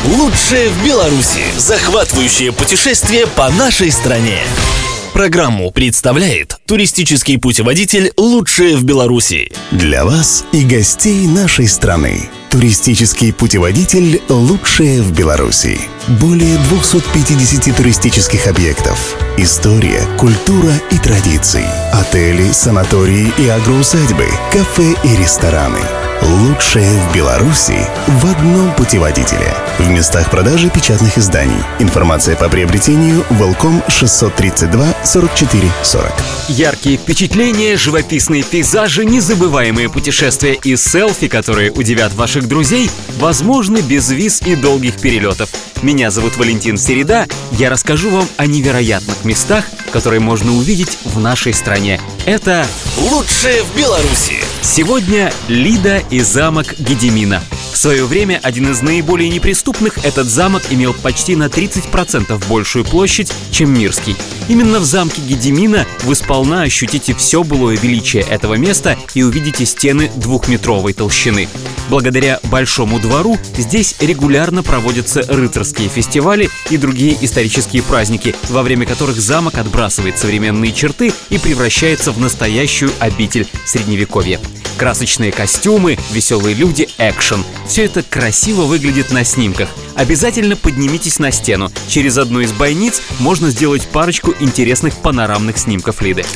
Лучшее в Беларуси. Захватывающее путешествие по нашей стране. Программу представляет туристический путеводитель «Лучшее в Беларуси». Для вас и гостей нашей страны. Туристический путеводитель «Лучшее в Беларуси». Более 250 туристических объектов. История, культура и традиции. Отели, санатории и агроусадьбы. Кафе и рестораны. Лучшее в Беларуси в одном путеводителе. В местах продажи печатных изданий. Информация по приобретению Волком 632 44 40. Яркие впечатления, живописные пейзажи, незабываемые путешествия и селфи, которые удивят ваших друзей, возможны без виз и долгих перелетов. Меня зовут Валентин Середа. Я расскажу вам о невероятных местах, которые можно увидеть в нашей стране. Это «Лучшее в Беларуси». Сегодня Лида и замок Гедимина. В свое время один из наиболее неприступных, этот замок имел почти на 30% большую площадь, чем Мирский. Именно в замке Гедимина вы сполна ощутите все былое величие этого места и увидите стены 2-метровой толщины. Благодаря Большому двору здесь регулярно проводятся рыцарские фестивали и другие исторические праздники, во время которых замок отбрасывает современные черты и превращается в настоящую обитель Средневековья. Красочные костюмы, веселые люди, экшен. Все это красиво выглядит на снимках. Обязательно поднимитесь на стену. Через одну из бойниц можно сделать парочку интересных панорамных снимков Лиды.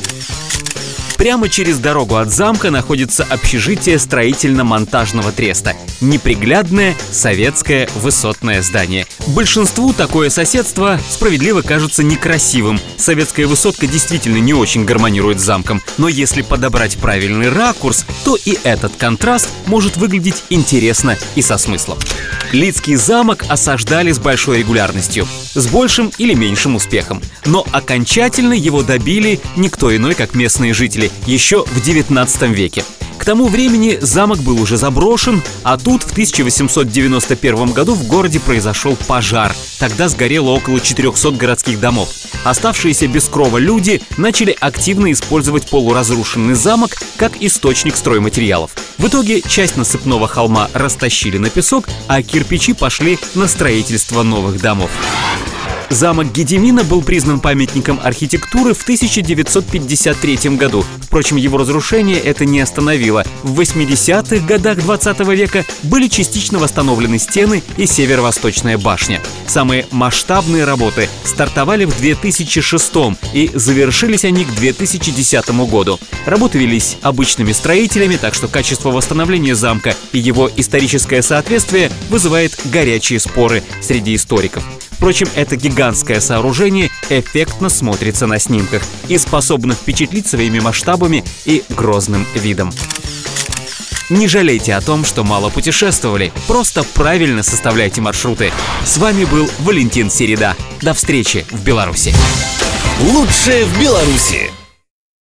Прямо через дорогу от замка находится общежитие строительно-монтажного треста. Неприглядное советское высотное здание. Большинству такое соседство справедливо кажется некрасивым. Советская высотка действительно не очень гармонирует с замком. Но если подобрать правильный ракурс, то и этот контраст может выглядеть интересно и со смыслом. Лидский замок осаждали с большой регулярностью, с большим или меньшим успехом. Но окончательно его добили никто иной, как местные жители, еще в 19 веке. К тому времени замок был уже заброшен, а тут в 1891 году в городе произошел пожар. Тогда сгорело около 400 городских домов. Оставшиеся без крова люди начали активно использовать полуразрушенный замок как источник стройматериалов. В итоге часть насыпного холма растащили на песок, а кирпичи пошли на строительство новых домов. Замок Гедимина был признан памятником архитектуры в 1953 году. Впрочем, его разрушение это не остановило. В 80-х годах 20 века были частично восстановлены стены и северо-восточная башня. Самые масштабные работы стартовали в 2006 и завершились они к 2010 году. Работы велись обычными строителями, так что качество восстановления замка и его историческое соответствие вызывает горячие споры среди историков. Впрочем, это гигантское сооружение эффектно смотрится на снимках и способно впечатлить своими масштабами и грозным видом. Не жалейте о том, что мало путешествовали, просто правильно составляйте маршруты. С вами был Валентин Середа. До встречи в Беларуси. «Лучшее в Беларуси».